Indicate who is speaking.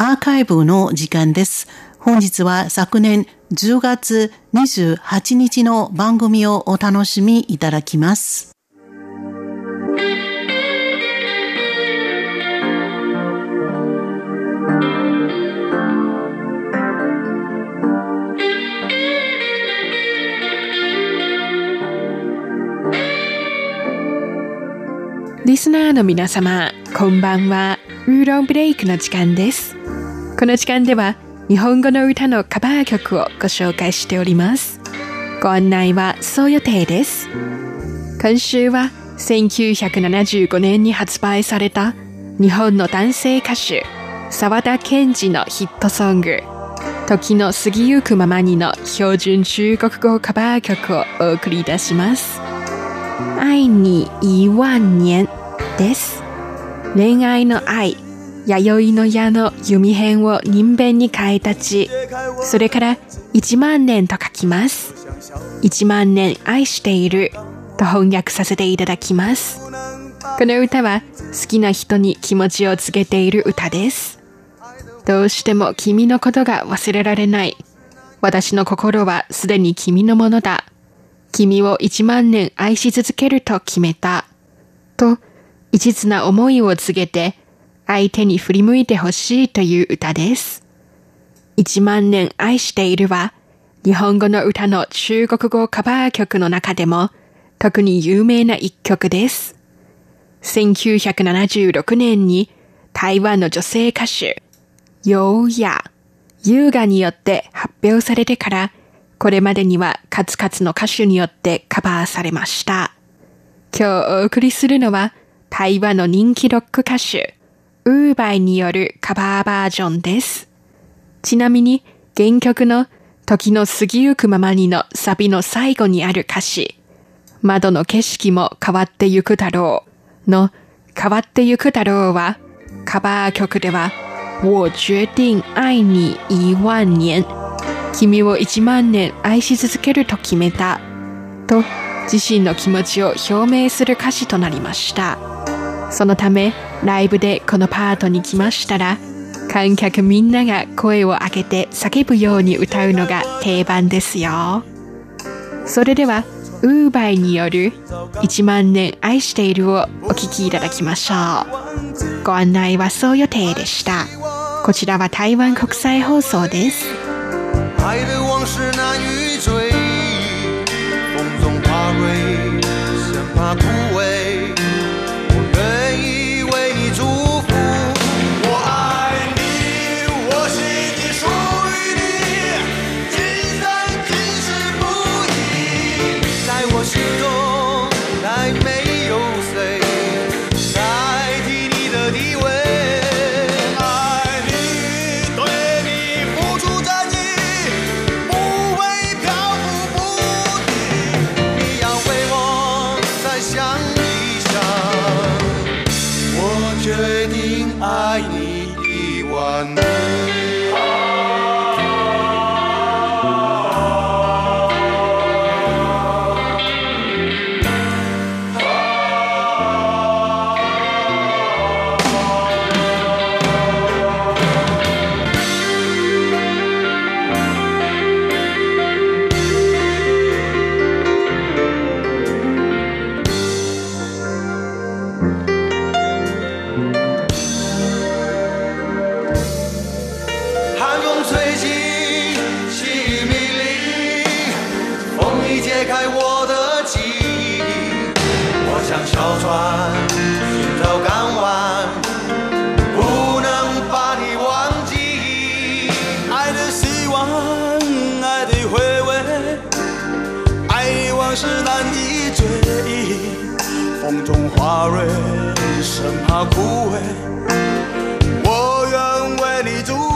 Speaker 1: アーカイブの時間です。本日は昨年10月28日の番組をお楽しみいただきます。
Speaker 2: リスナーの皆様、こんばんは。ウーロンブレイクの時間です。この時間では日本語の歌のカバー曲をご紹介しております。ご案内はそう予定です。今週は1975年に発売された日本の男性歌手沢田研二のヒットソング時の過ぎゆくままにの標準中国語カバー曲をお送りいたします。愛に1万年です。恋愛の愛、弥生の矢の弓編を人弁に変えたち、それから1万年と書きます。1万年愛していると翻訳させていただきます。この歌は好きな人に気持ちを告げている歌です。どうしても君のことが忘れられない。私の心はすでに君のものだ。君を1万年愛し続けると決めた。と、一途な思いを告げて、相手に振り向いてほしいという歌です。1万年愛しているは、日本語の歌の中国語カバー曲の中でも、特に有名な一曲です。1976年に、台湾の女性歌手、優雅によって発表されてから、これまでには数々の歌手によってカバーされました。今日お送りするのは台湾の人気ロック歌手ウーバイによるカバーバージョンです。ちなみに原曲の時の過ぎゆくままにのサビの最後にある歌詞窓の景色も変わってゆくだろうの変わってゆくだろうはカバー曲では我決定愛你1万年君を1万年愛し続けると決めたと自身の気持ちを表明する歌詞となりました。そのためライブでこのパートに来ましたら観客みんなが声を上げて叫ぶように歌うのが定番ですよ。それではウーバイによる1万年愛しているをお聴きいただきましょう。ご案内はそう予定でした。こちらは台湾国際放送です。
Speaker 3: 爱的往事难预追，风中花蕊生怕枯萎，我愿意为你祝福。我爱你，我心底属于你，今生今世不移。在我心中再没有谁代替你的地位。决定爱你1万年。吹起细雨迷离，风已解开我的记忆。我像小船寻找港湾，不能把你忘记。爱的希望，爱的回味，爱往事难以追忆。风中花蕊生怕枯萎，我愿为你祝福。